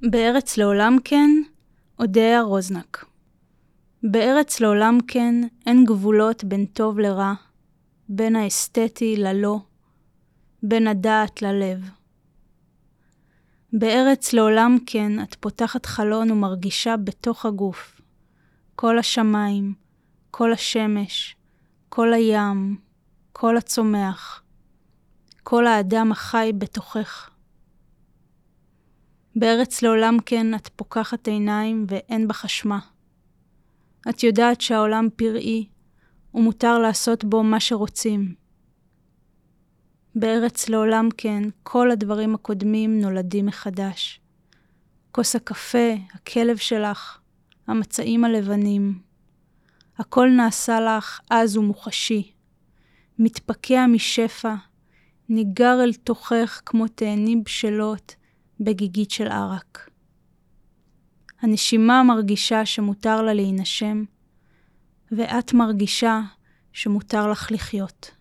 בארץ לעולם כן, אודיה רוזנק. בארץ לעולם כן אין גבולות בין טוב לרע, בין האסתטי ללא, בין הדעת ללב. בארץ לעולם כן את פותחת חלון ומרגישה בתוך הגוף, כל השמיים, כל השמש, כל הים, כל הצומח, כל האדם החי בתוכך. בארץ לעולם כן את פוקחת עיניים ואין בך אשמה. את יודעת שהעולם פראי ומותר לעשות בו מה שרוצים. בארץ לעולם כן כל הדברים הקודמים נולדים מחדש. כוס הקפה, הכלב שלך, המצעים הלבנים. הכל נעשה לך אז ומוחשי. מתפקע משפע, ניגר אל תוכך כמו תאנים בשלות בגיגית של ערק. הנשימה מרגישה שמותר לה להינשם, ואת מרגישה שמותר לך לחיות.